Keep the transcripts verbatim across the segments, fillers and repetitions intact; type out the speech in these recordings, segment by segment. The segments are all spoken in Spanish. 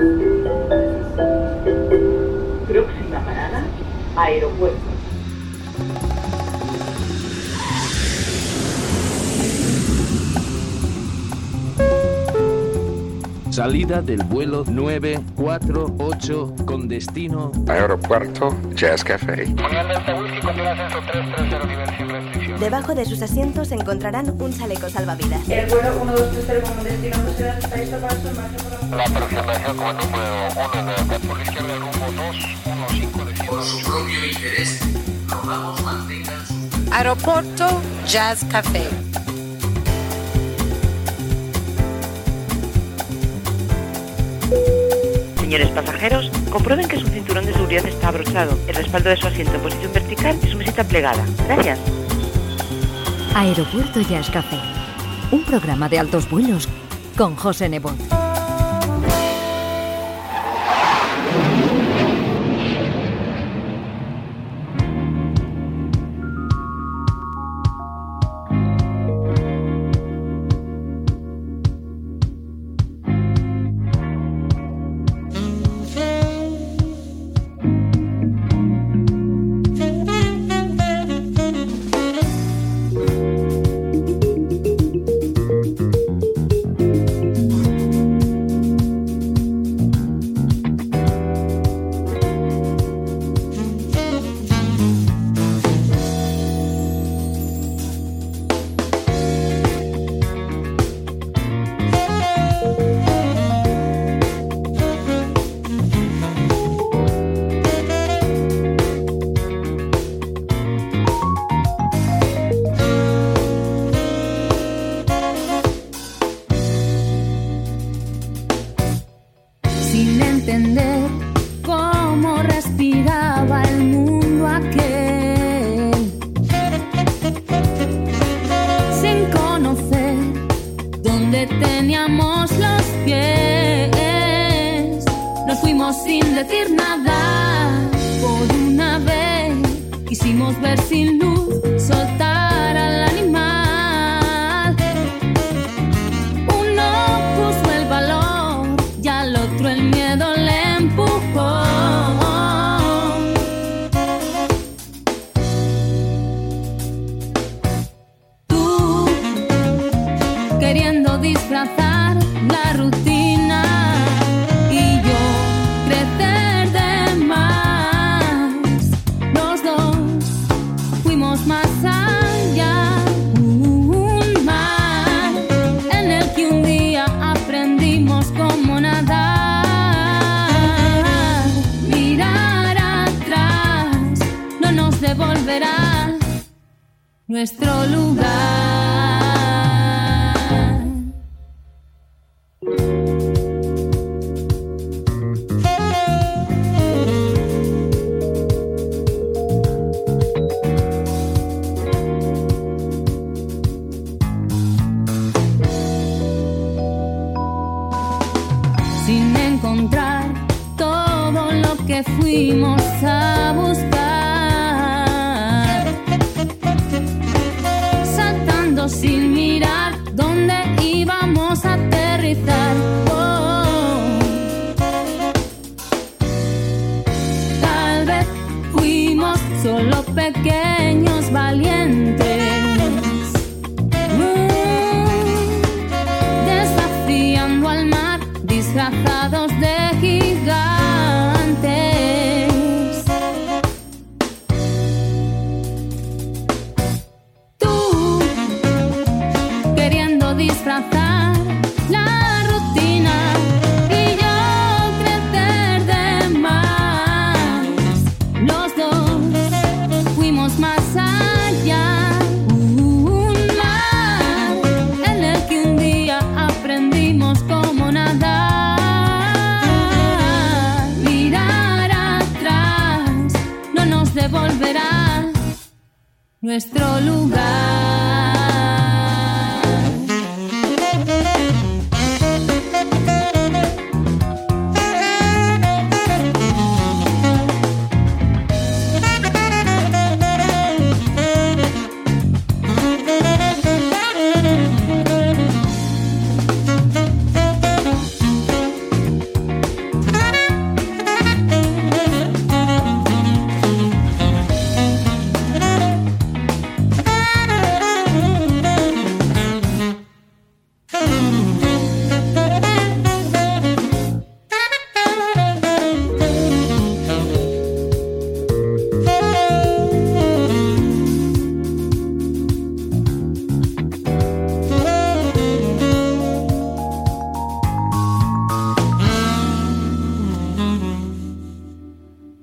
Próxima parada, aeropuerto. Salida del vuelo nueve cuatro ocho con destino Aeropuerto Jazz Café. Debajo de sus asientos encontrarán un chaleco salvavidas. El vuelo uno dos tres cero con destino José Blas está listo para su embarque. La aproximación como número uno de por la izquierda rumbo dos uno cinco de Por su propio interés, rogamos mantengan su... Aeropuerto Jazz Café. Señores pasajeros, comprueben que su cinturón de seguridad está abrochado, el respaldo de su asiento en posición vertical y su mesita plegada. Gracias. Aeropuerto Jazz Café, un programa de altos vuelos con José Nebot. Nuestro lugar. Sin encontrar todo lo que fuimos a buscar. Sin mirar dónde íbamos a aterrizar. Oh. Tal vez fuimos solo pequeños valientes, mm. desafiando al mar, disfrazados de gigantes. Disfrazar la rutina y yo crecer de más. Los dos fuimos más allá. Un mar en el que un día aprendimos cómo nadar. Mirar atrás no nos devolverá nuestro lugar.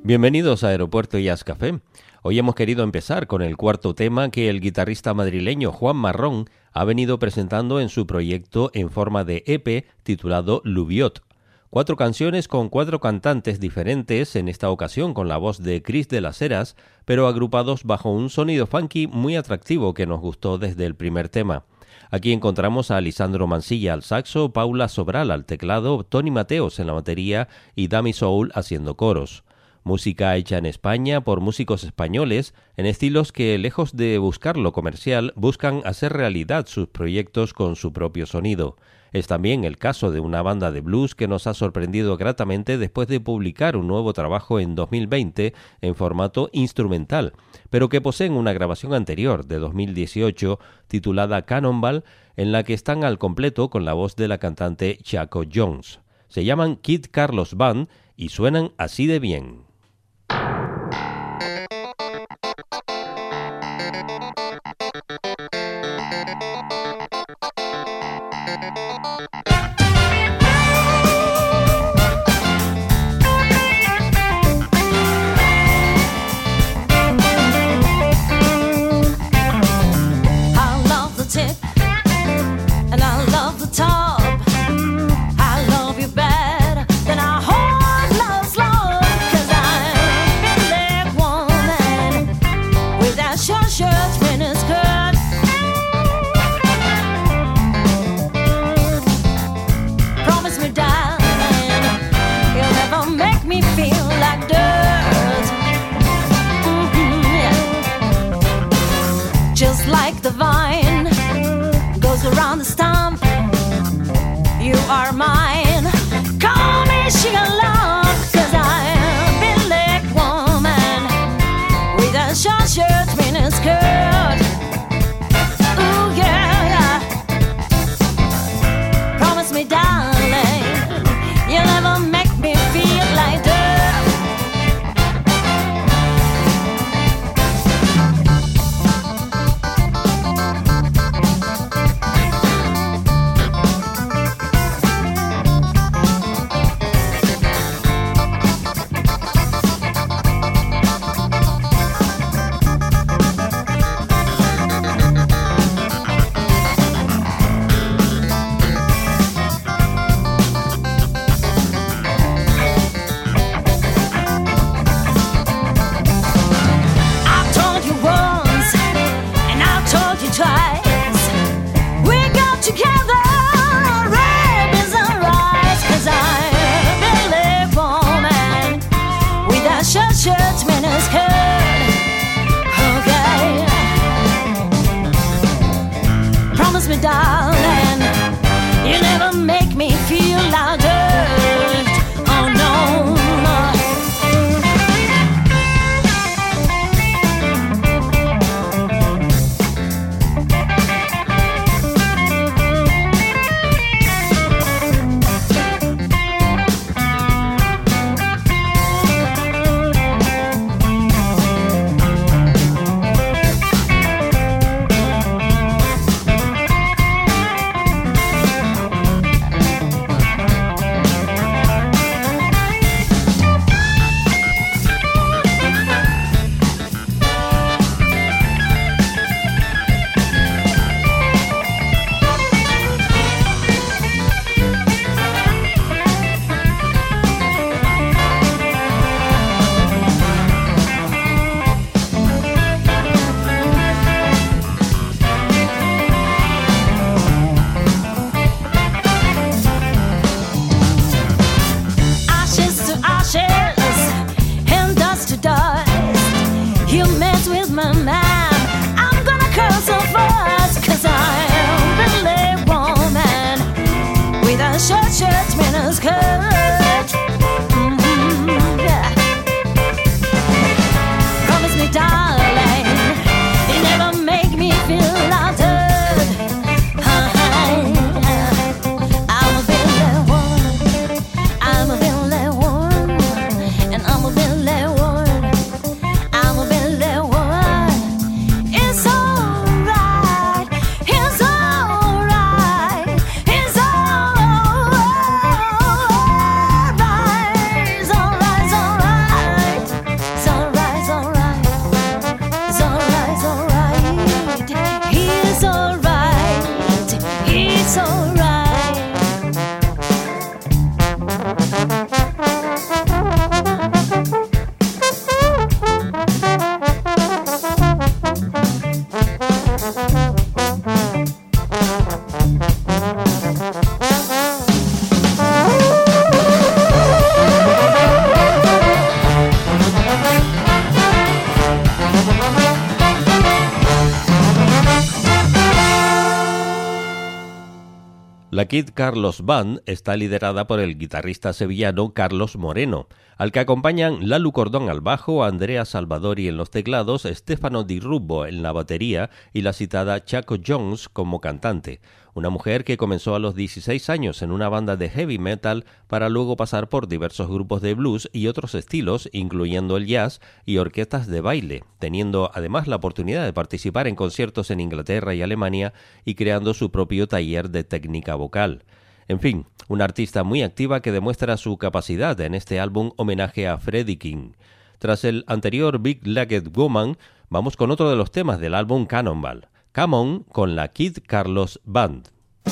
Bienvenidos a Aeropuerto Jazz Café. Hoy hemos querido empezar con el cuarto tema que el guitarrista madrileño Juan Marrón ha venido presentando en su proyecto en forma de E P titulado Luviot. Cuatro canciones con cuatro cantantes diferentes, en esta ocasión con la voz de Chris de las Heras, pero agrupados bajo un sonido funky muy atractivo que nos gustó desde el primer tema. Aquí encontramos a Lisandro Mansilla al saxo, Paula Sobral al teclado, Tony Mateos en la batería y Dami Soul haciendo coros. Música hecha en España por músicos españoles en estilos que, lejos de buscar lo comercial, buscan hacer realidad sus proyectos con su propio sonido. Es también el caso de una banda de blues que nos ha sorprendido gratamente después de publicar un nuevo trabajo en dos mil veinte en formato instrumental, pero que poseen una grabación anterior de dos mil dieciocho titulada Cannonball, en la que están al completo con la voz de la cantante Chaco Jones. Se llaman Kid Carlos Band y suenan así de bien. Right. La Kid Carlos Band está liderada por el guitarrista sevillano Carlos Moreno, al que acompañan Lalu Cordón al bajo, Andrea Salvadori en los teclados, Stefano Di Rubbo en la batería y la citada Chaco Jones como cantante. Una mujer que comenzó a los dieciséis años en una banda de heavy metal para luego pasar por diversos grupos de blues y otros estilos, incluyendo el jazz y orquestas de baile, teniendo además la oportunidad de participar en conciertos en Inglaterra y Alemania y creando su propio taller de técnica vocal. En fin, una artista muy activa que demuestra su capacidad en este álbum homenaje a Freddie King. Tras el anterior Big Legged Woman, vamos con otro de los temas del álbum Cannonball. Come On con la Kid Carlos Band.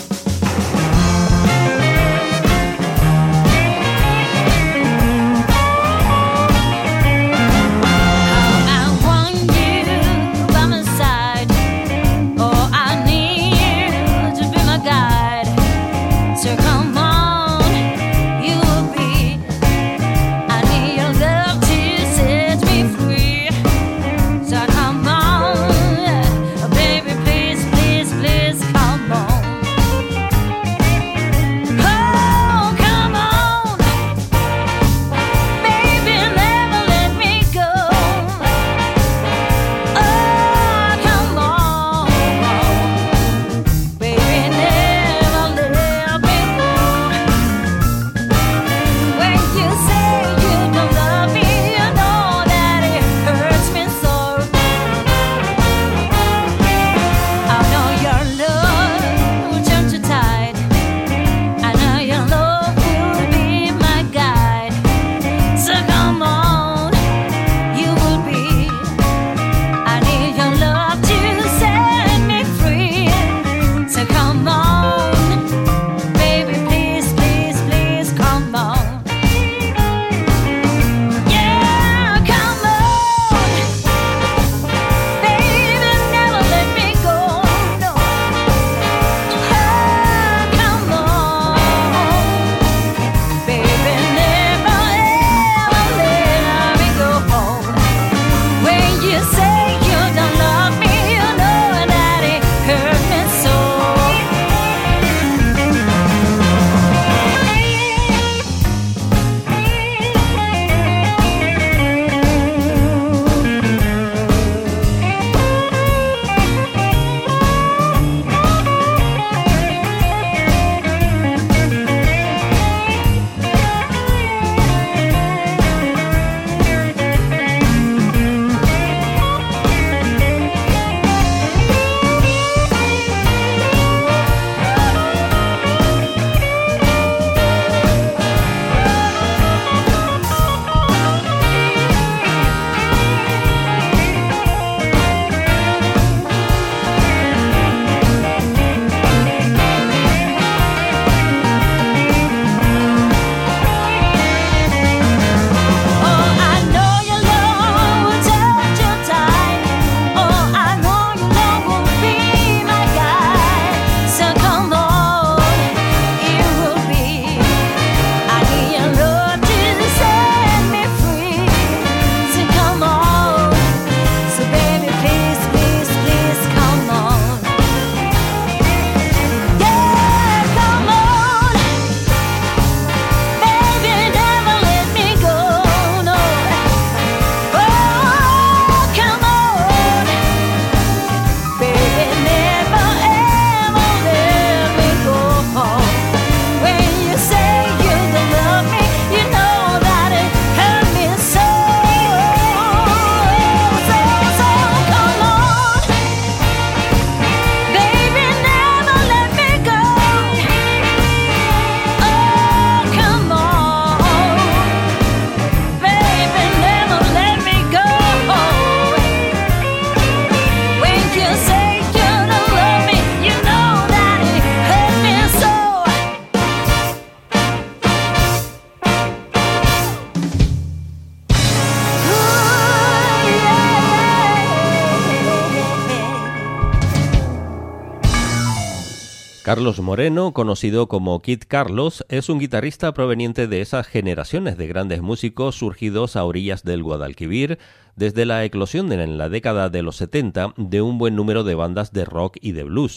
Carlos Moreno, conocido como Kid Carlos, es un guitarrista proveniente de esas generaciones de grandes músicos surgidos a orillas del Guadalquivir desde la eclosión en la década de los setenta de un buen número de bandas de rock y de blues.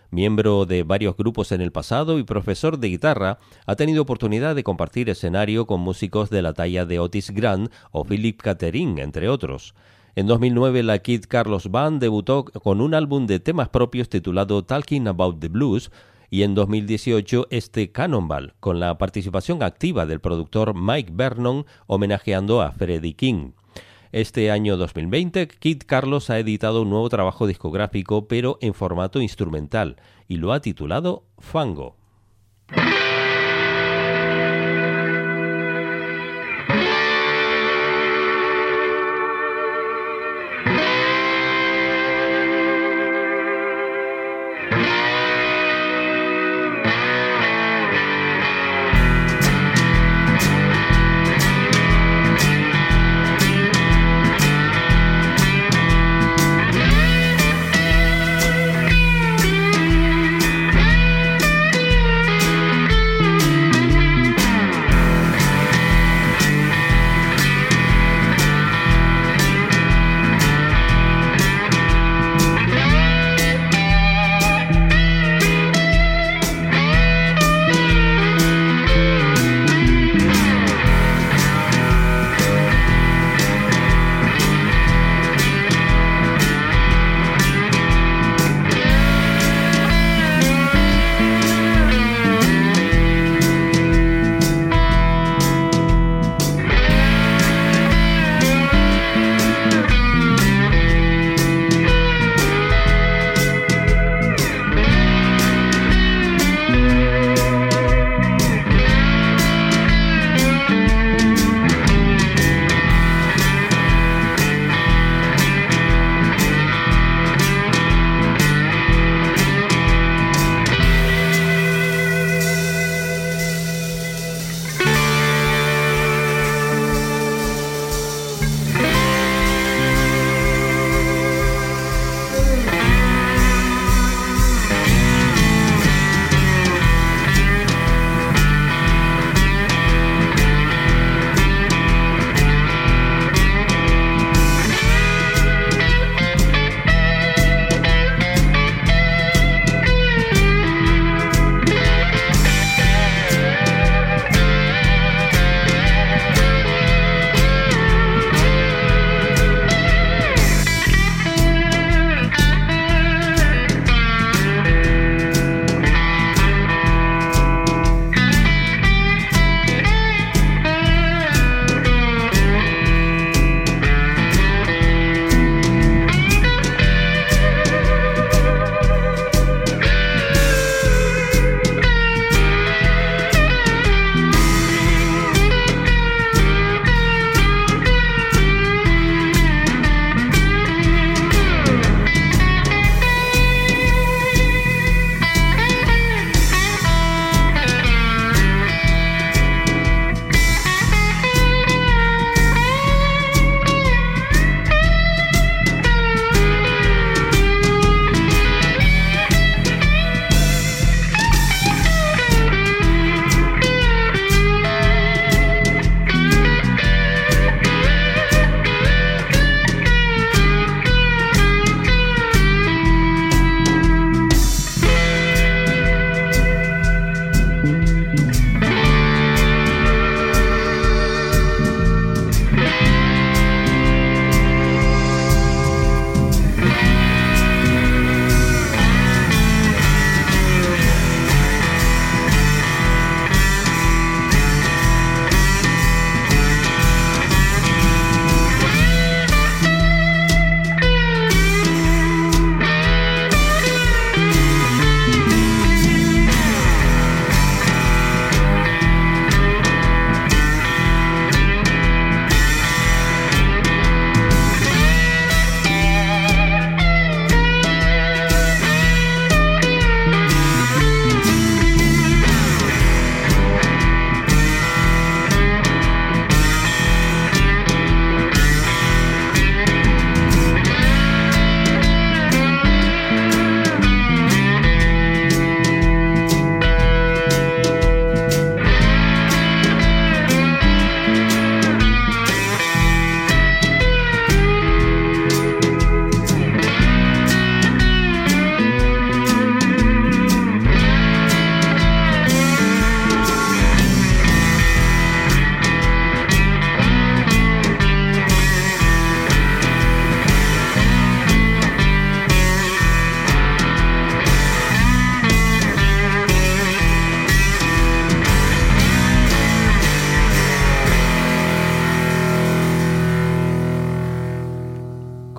Miembro de varios grupos en el pasado y profesor de guitarra, ha tenido oportunidad de compartir escenario con músicos de la talla de Otis Grant o Philip Catherine, entre otros. En dos mil nueve, la Kid Carlos Band debutó con un álbum de temas propios titulado Talking About the Blues, y en dos mil dieciocho este Cannonball, con la participación activa del productor Mike Vernon homenajeando a Freddie King. Este año dos mil veinte, Kid Carlos ha editado un nuevo trabajo discográfico, pero en formato instrumental, y lo ha titulado Fango. Thank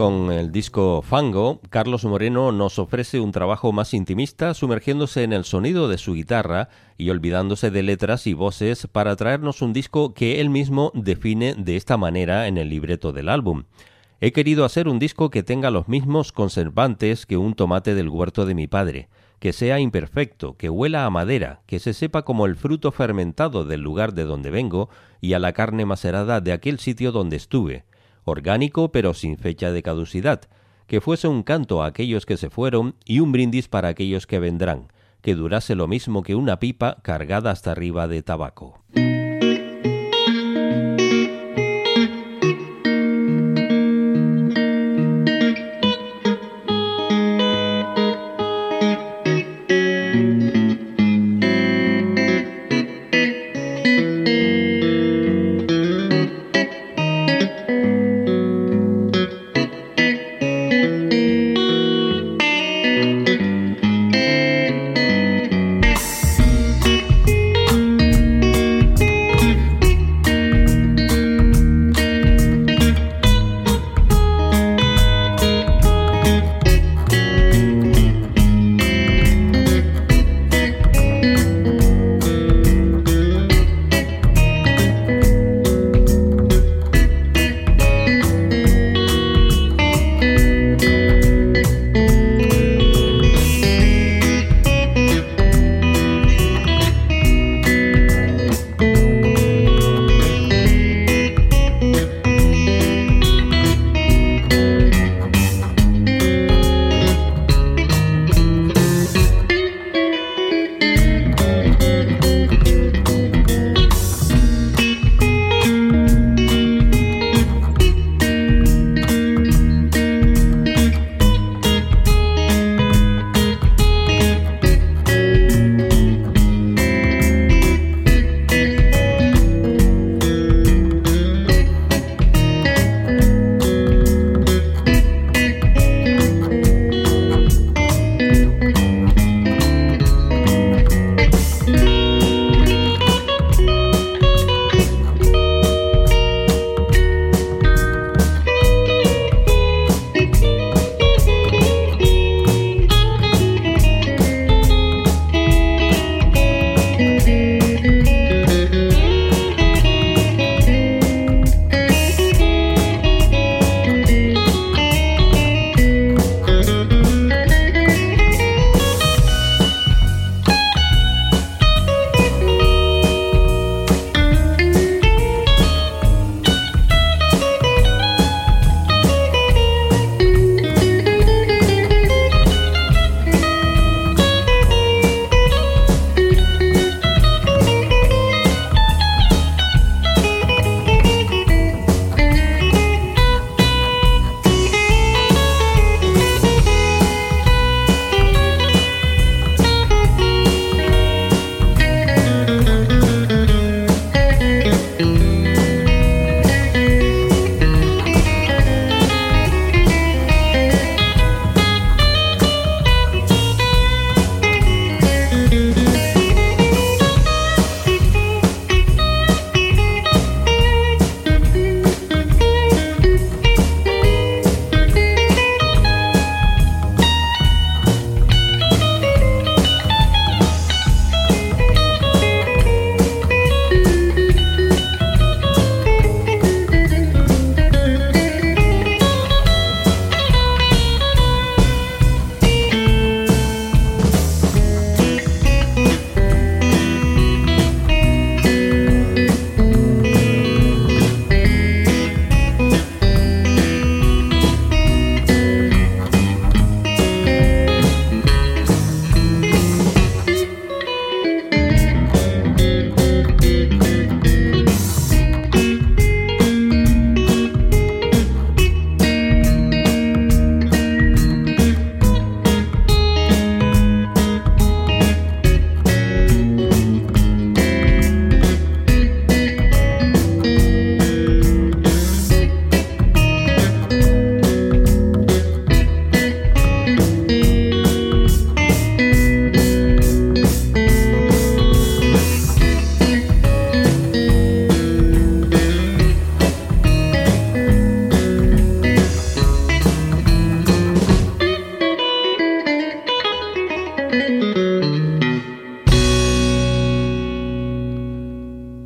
con el disco Fango, Carlos Moreno nos ofrece un trabajo más intimista, sumergiéndose en el sonido de su guitarra y olvidándose de letras y voces para traernos un disco que él mismo define de esta manera en el libreto del álbum. He querido hacer un disco que tenga los mismos conservantes que un tomate del huerto de mi padre, que sea imperfecto, que huela a madera, que se sepa como el fruto fermentado del lugar de donde vengo y a la carne macerada de aquel sitio donde estuve, orgánico pero sin fecha de caducidad, que fuese un canto a aquellos que se fueron y un brindis para aquellos que vendrán, que durase lo mismo que una pipa cargada hasta arriba de tabaco.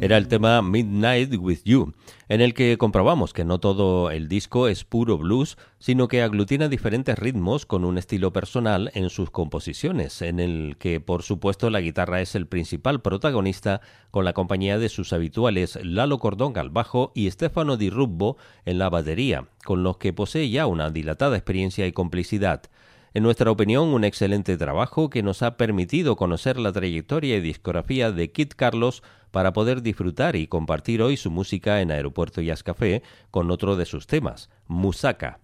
Era el tema Midnight with You, en el que comprobamos que no todo el disco es puro blues, sino que aglutina diferentes ritmos con un estilo personal en sus composiciones, en el que por supuesto la guitarra es el principal protagonista, con la compañía de sus habituales Lalo Cordón al bajo y Stefano Di Rubbo en la batería, con los que posee ya una dilatada experiencia y complicidad. En nuestra opinión, un excelente trabajo que nos ha permitido conocer la trayectoria y discografía de Kid Carlos para poder disfrutar y compartir hoy su música en Aeropuerto Jazz Café con otro de sus temas, Musaka.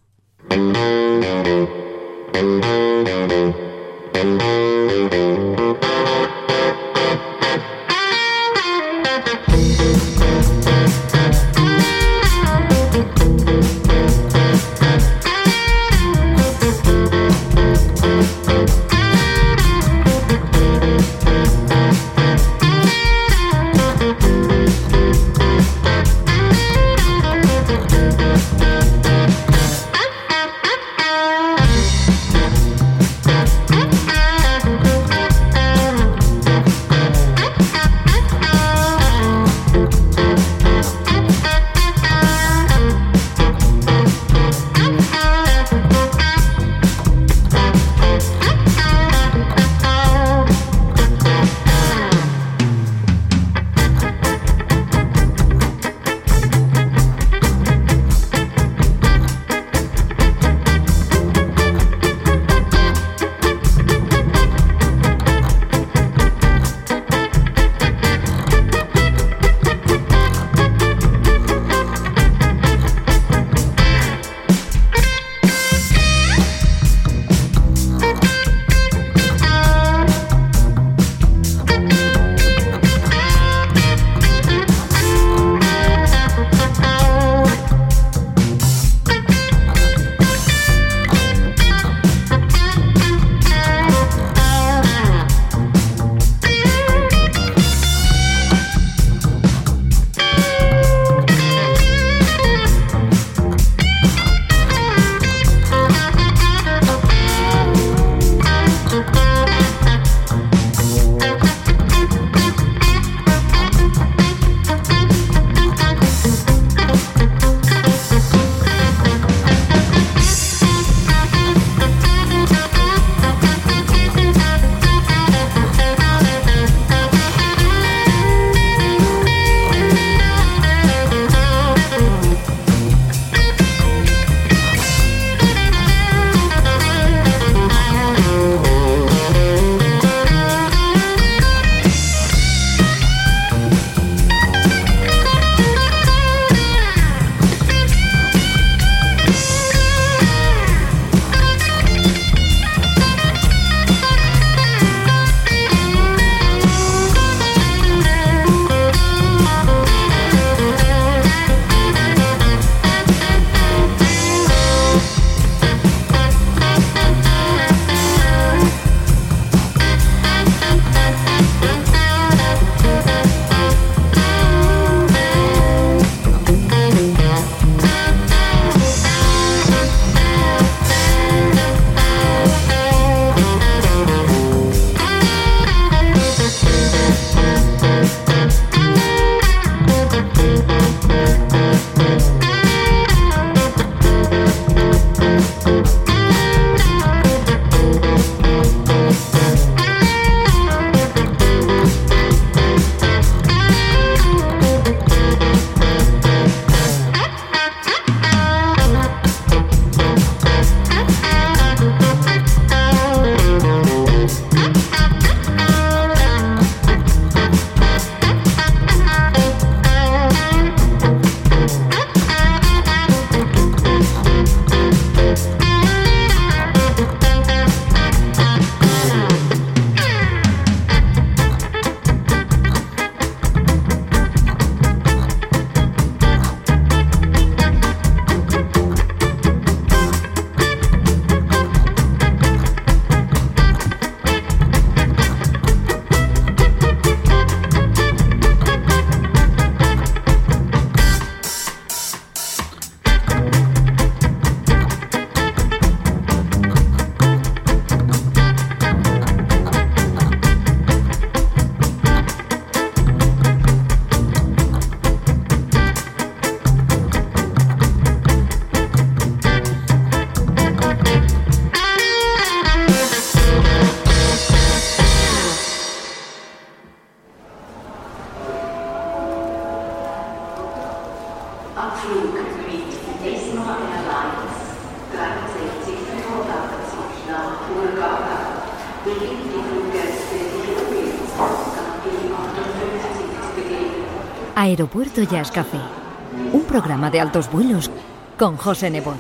Aeropuerto Jazz Café, un programa de altos vuelos con José Nebot.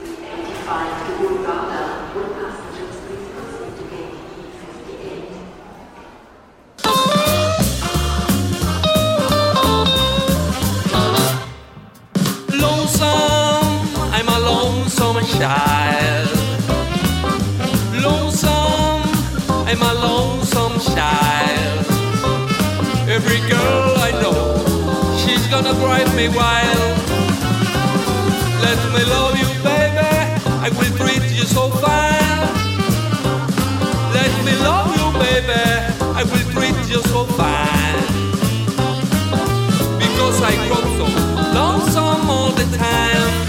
Lonesome, I'm a lonesome child. Lonesome, I'm a lonesome child. Every girl I know, she's gonna drive me wild. Let me love you, baby, I will treat you so fine. Let me love you, baby, I will treat you so fine. Because I grow so lonesome all the time.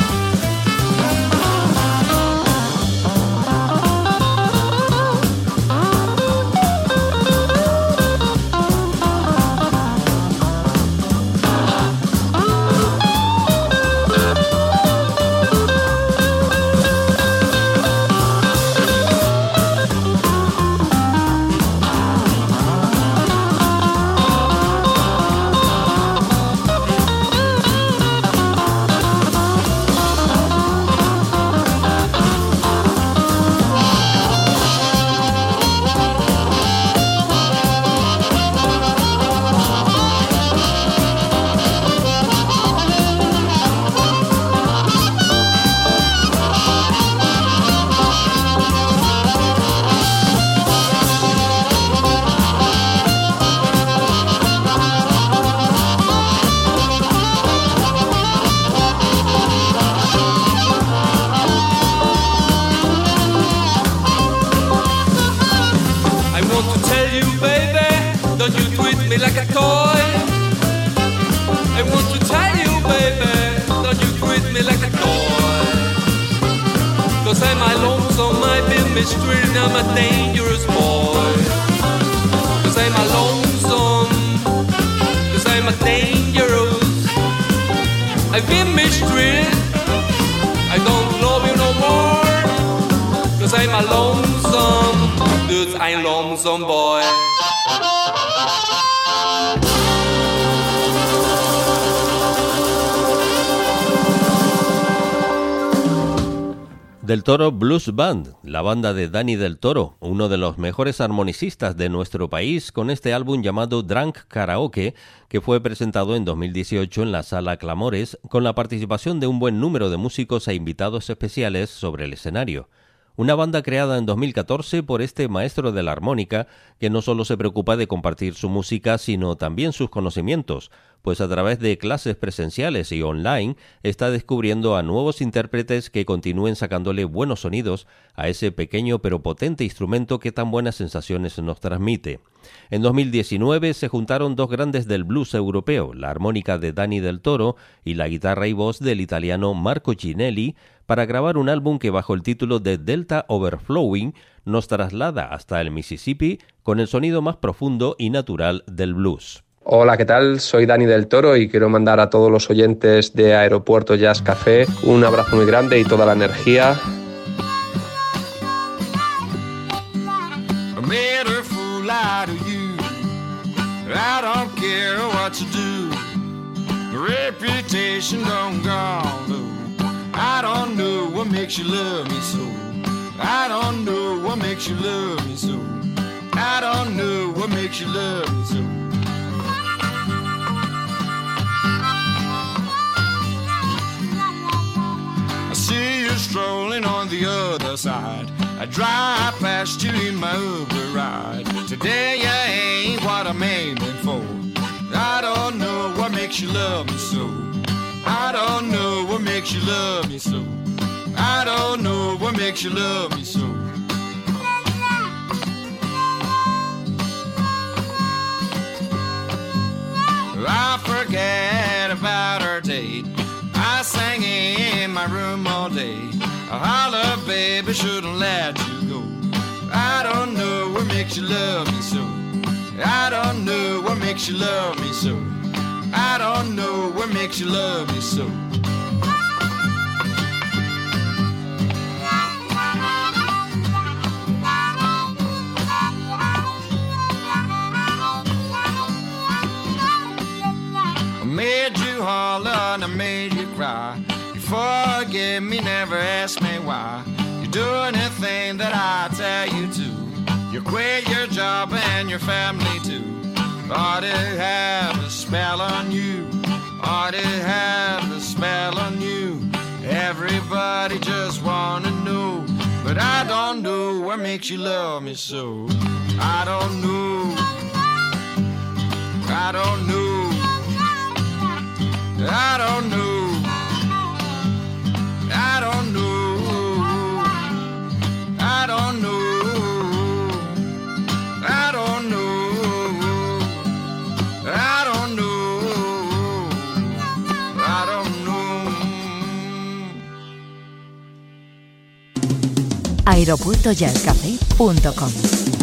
Mistreated, I'm a dangerous boy. Cause I'm a lonesome, cause I'm a dangerous. I've been mistreated, I don't love you no more. Cause I'm a lonesome, dude, I'm lonesome boy. Del Toro Blues Band, la banda de Dani del Toro, uno de los mejores armonicistas de nuestro país, con este álbum llamado Drunk Karaoke, que fue presentado en dos mil dieciocho en la Sala Clamores, con la participación de un buen número de músicos e invitados especiales sobre el escenario. Una banda creada en dos mil catorce por este maestro de la armónica, que no solo se preocupa de compartir su música, sino también sus conocimientos, pues a través de clases presenciales y online está descubriendo a nuevos intérpretes que continúen sacándole buenos sonidos a ese pequeño pero potente instrumento que tan buenas sensaciones nos transmite. En dos mil diecinueve se juntaron dos grandes del blues europeo, la armónica de Dani del Toro y la guitarra y voz del italiano Marco Cinelli, para grabar un álbum que bajo el título de Delta Overflowing nos traslada hasta el Mississippi con el sonido más profundo y natural del blues. Hola, ¿qué tal? Soy Dani del Toro y quiero mandar a todos los oyentes de Aeropuerto Jazz Café un abrazo muy grande y toda la energía. I made a fool out of you. I don't care what you do. Reputation don't gone though. I don't know what makes you love me so. I don't know what makes you love me so. I don't know what makes you love me so. I see you strolling on the other side. I drive past you in my Uber ride. Today you ain't what I'm aiming for. I don't know what makes you love me so. I don't know what makes you love me so. I don't know what makes you love me so. I forget about our date. I sang in my room all day. I holler, baby, shouldn't let you go. I don't know what makes you love me so. I don't know what makes you love me so. I don't know what makes you love me so. made you holler and I made you cry. You forgive me, never ask me why. You do anything that I tell you to. You quit your job and your family too. Ought to have a spell on you. Ought to have a spell on you. Everybody just wanna know, but I don't know what makes you love me so. I don't know. I don't know. I don't know. I don't know. I don't know. I don't know. I don't know. I don't know. aeropuerto jazz café punto com.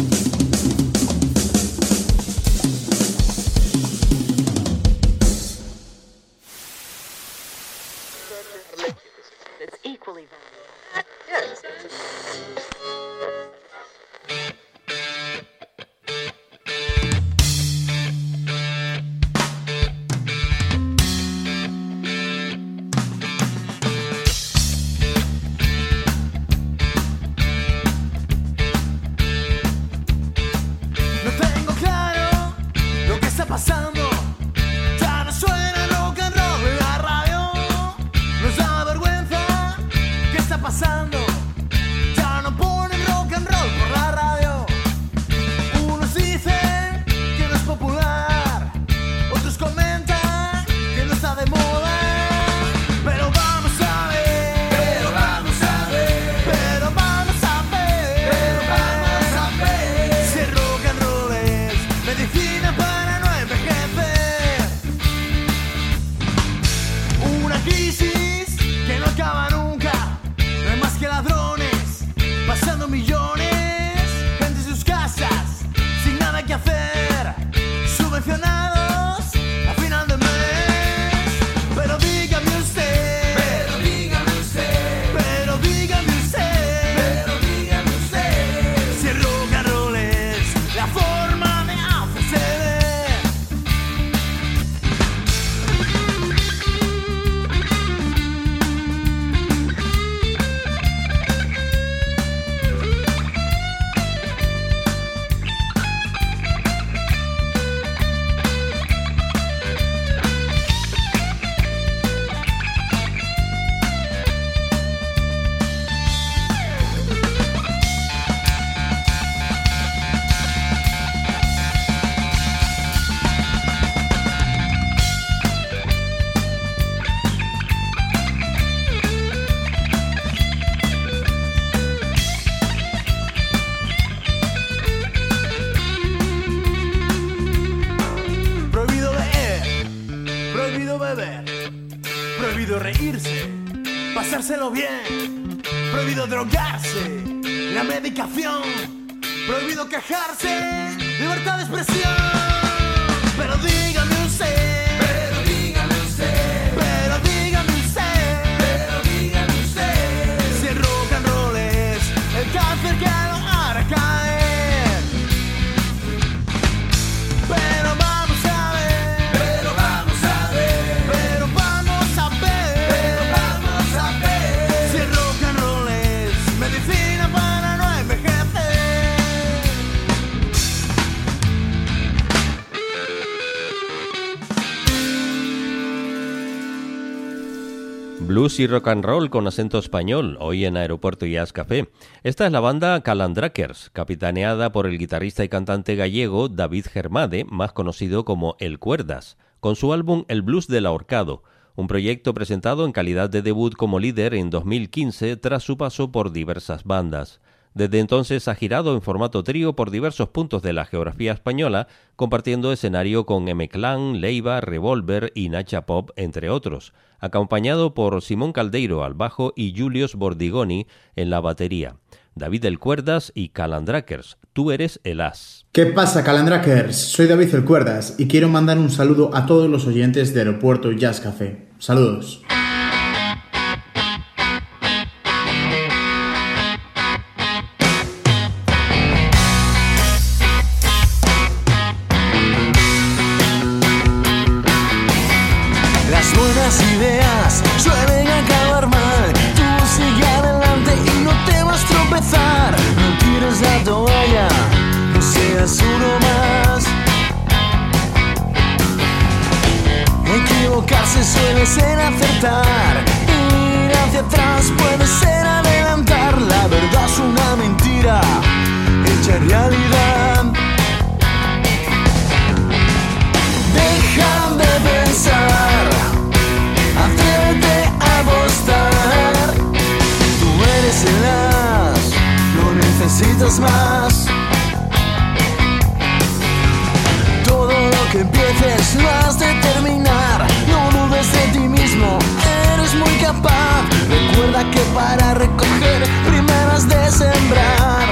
Pasárselo bien, prohibido drogarse, la medicación, prohibido quejarse, libertad de expresión. Pero dígame usted, pero dígame usted, pero dígame usted, pero dígame usted, si el rock and roll es el cáncer que lo hará caer. Pero vamos a ver, pero vamos a ver, pero vamos a ver, pero vamos a ver, si el rock and roll es medicina para no envejecer. Blues y rock and roll con acento español, hoy en Aeropuerto Jazz Café. Esta es la banda Calandrakers, capitaneada por el guitarrista y cantante gallego David Germade, más conocido como El Cuerdas, con su álbum El Blues del Ahorcado, un proyecto presentado en calidad de debut como líder en dos mil quince tras su paso por diversas bandas. Desde entonces ha girado en formato trío por diversos puntos de la geografía española, compartiendo escenario con M-Clan, Leiva, Revolver y Nacha Pop, entre otros, acompañado por Simón Caldeiro al bajo y Julius Bordigoni en la batería. David El Cuerdas y Calandrakers, tú eres el as. ¿Qué pasa, Calandrakers? Soy David El Cuerdas y quiero mandar un saludo a todos los oyentes de Aeropuerto Jazz Café. Saludos. buenas ideas suelen acabar mal. Tú sigue adelante y no temas tropezar. No tires la toalla, no seas uno más. Equivocarse suele ser acertar. Ir hacia atrás puede ser adelantar. La verdad es una mentira hecha realidad. Deja de pensar, atrévete a apostar. Tú eres el as, no necesitas más. Todo lo que empieces lo has de terminar. No dudes de ti mismo, eres muy capaz. Recuerda que para recoger primero has de sembrar.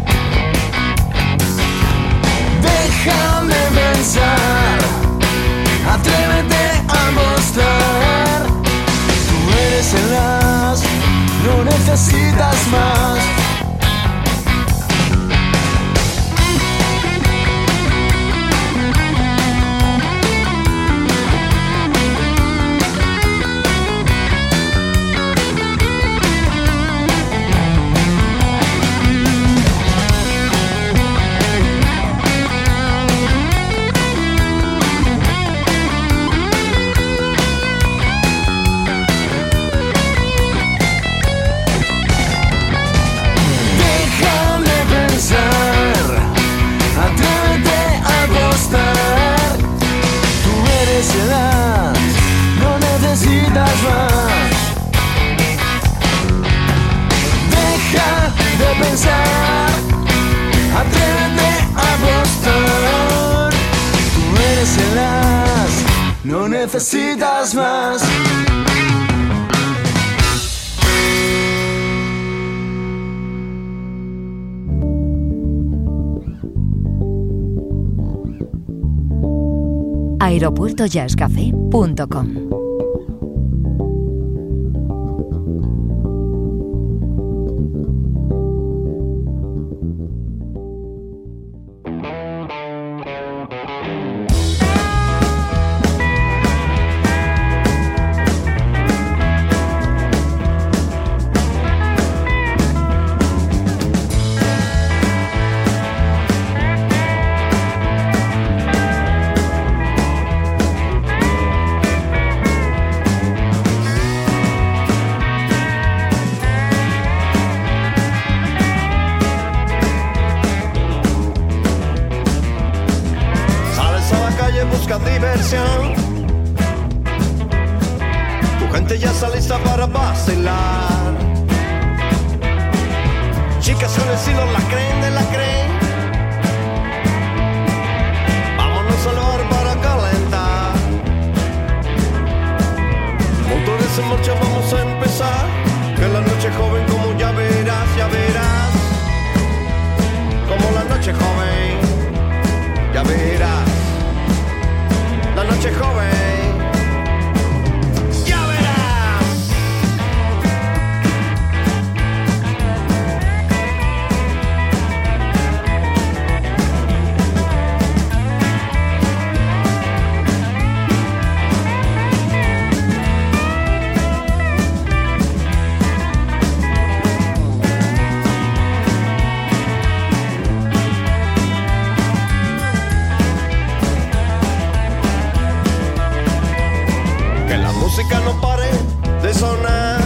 Deja de pensar, atrévete a mostrar. Tú eres el as, no necesitas más. No necesitas más. Deja de pensar, atrévete a apostar. Tú eres el as, no necesitas más. aeropuerto jazz café punto com. Tu gente ya está lista para vacilar. Chicas con el estilo la creen de la creen. Vámonos al bar para calentar. Motores en marcha, vamos a empezar. Que la noche joven, como ya verás, ya verás. Como la noche joven, ya verás. La noche joven, ya verás. Música no pare de sonar.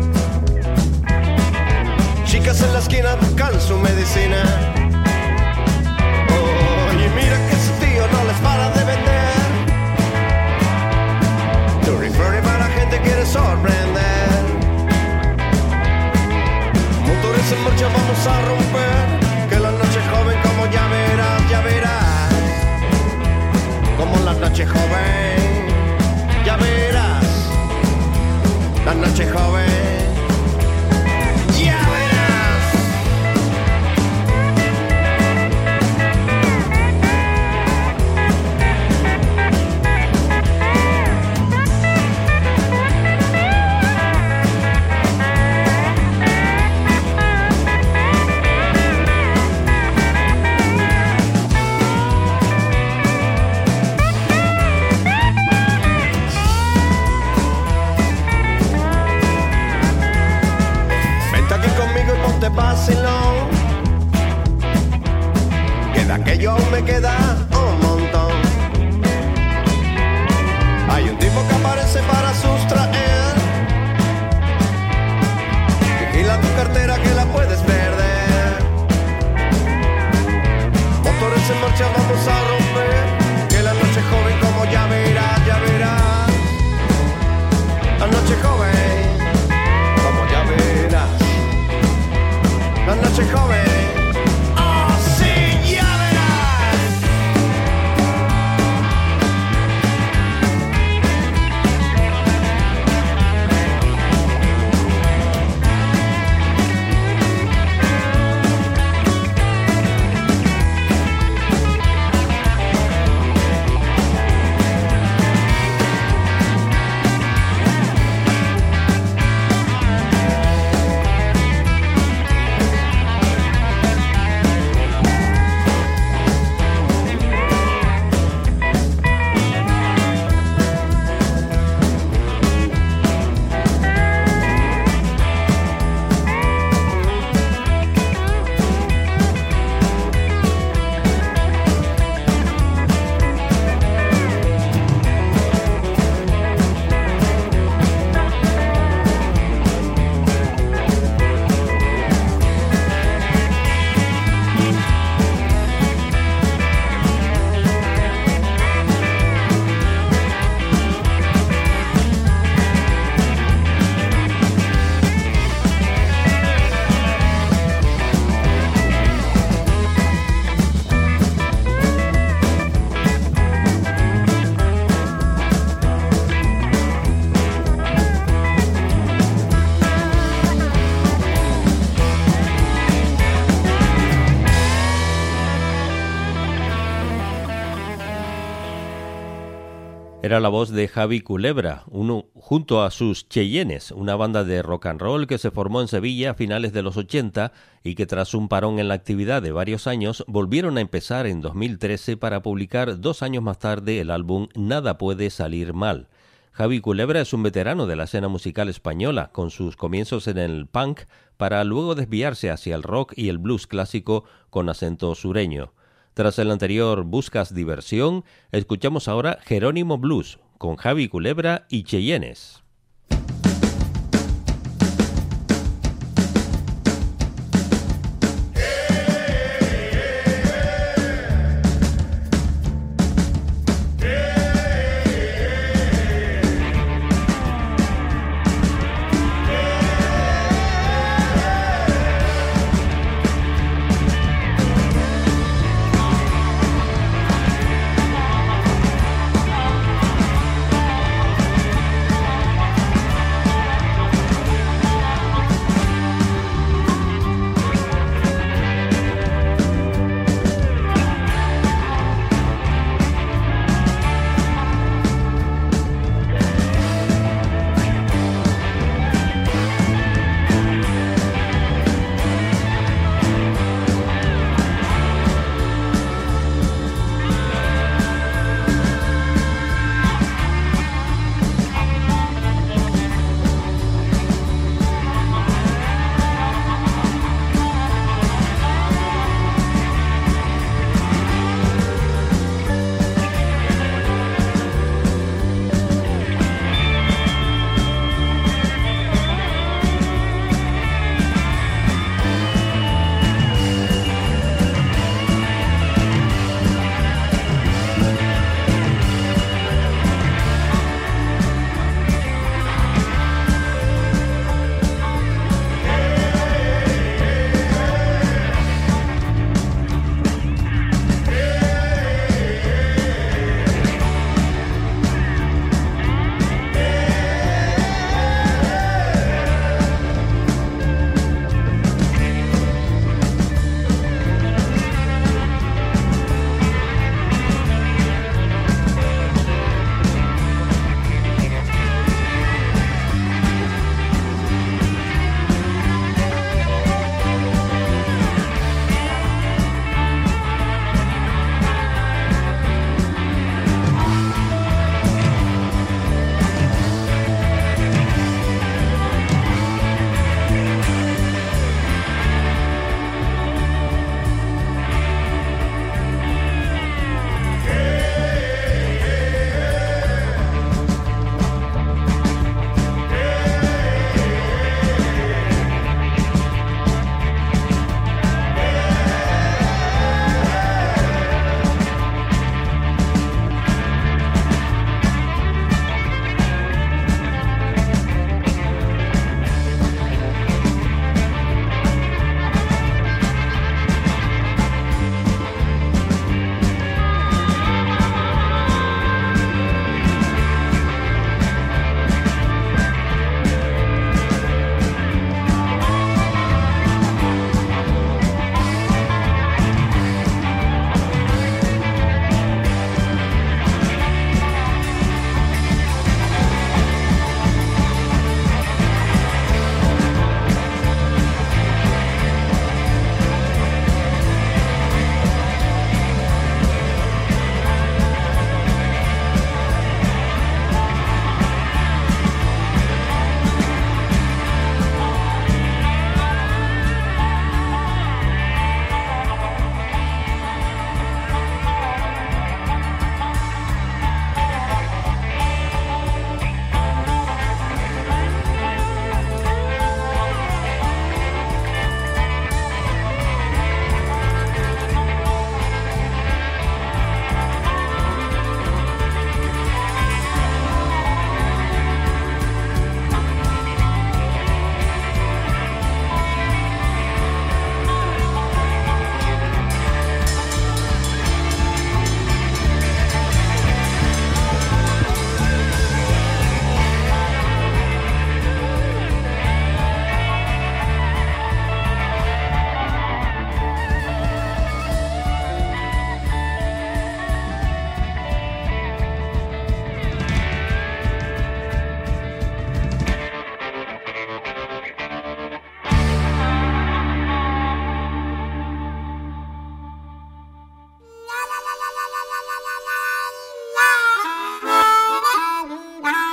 Chicas en la esquina buscan su medicina. Oh, y mira que su tío no les para de vender. Tutti frutti para gente que quiere sorprender. Motores en marcha, vamos a romper. Que la noche joven, como ya verás, ya verás. Como la noche joven, ya verás. La noche joven, ya verás. Era la voz de Javi Culebra, uno, junto a sus Cheyennes, una banda de rock and roll que se formó en Sevilla a finales de los ochenta y que tras un parón en la actividad de varios años volvieron a empezar en dos mil trece para publicar dos años más tarde el álbum Nada puede salir mal. Javi Culebra es un veterano de la escena musical española, con sus comienzos en el punk para luego desviarse hacia el rock y el blues clásico con acento sureño. Tras el anterior Buscas diversión, escuchamos ahora Jerónimo Blues, con Javi Culebra y Cheyennes. Hey!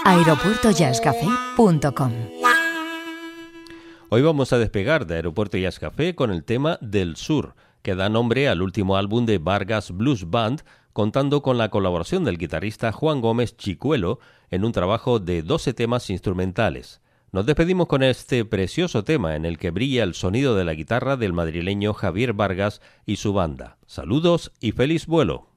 aeropuerto jazz café punto com. Hoy vamos a despegar de Aeropuerto Jazz Café con el tema Del Sur, que da nombre al último álbum de Vargas Blues Band, contando con la colaboración del guitarrista Juan Gómez Chicuelo en un trabajo de doce temas instrumentales. Nos despedimos con este precioso tema en el que brilla el sonido de la guitarra del madrileño Javier Vargas y su banda. Saludos y feliz vuelo.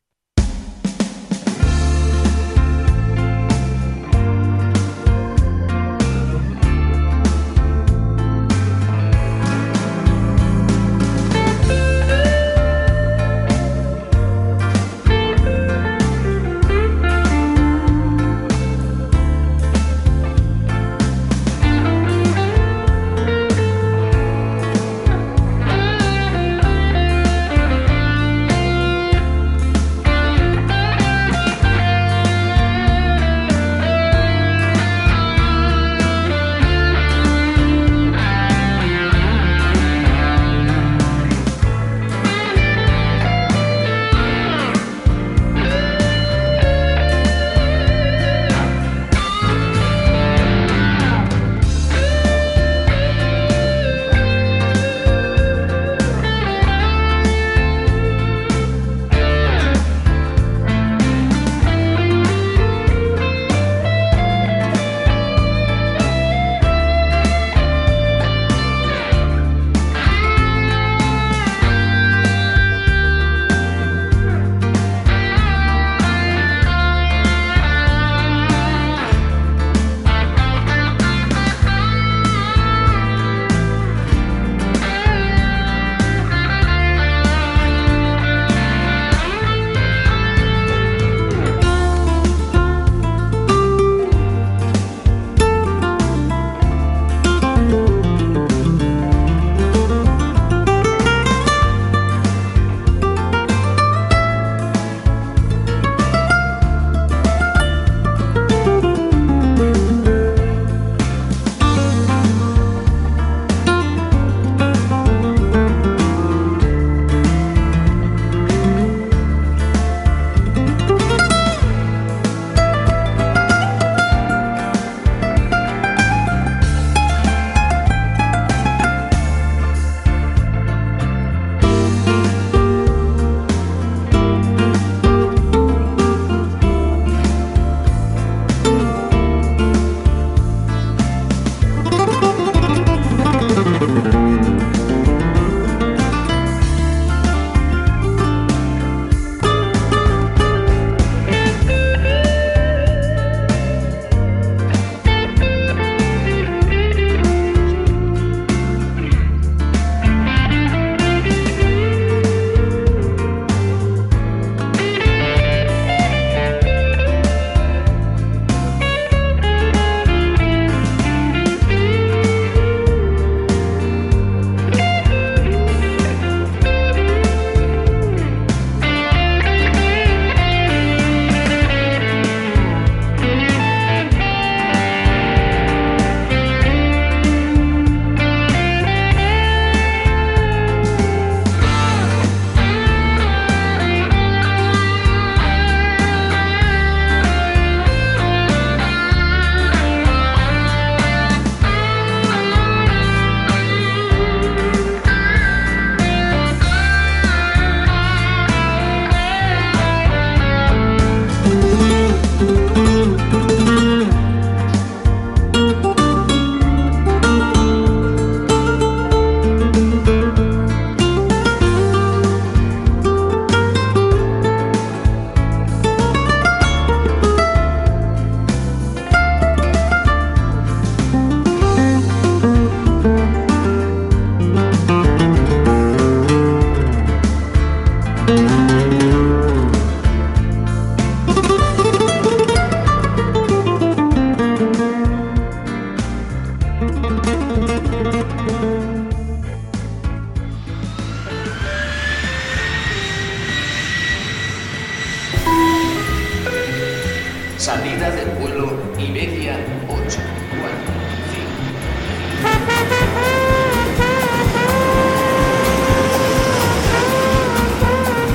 Salida del vuelo Iberia ocho cuatro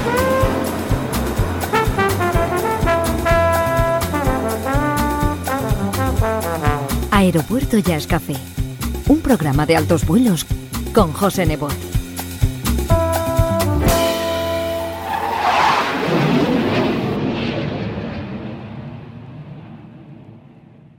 cinco. Aeropuerto Jazz Café, un programa de altos vuelos con José Nebot.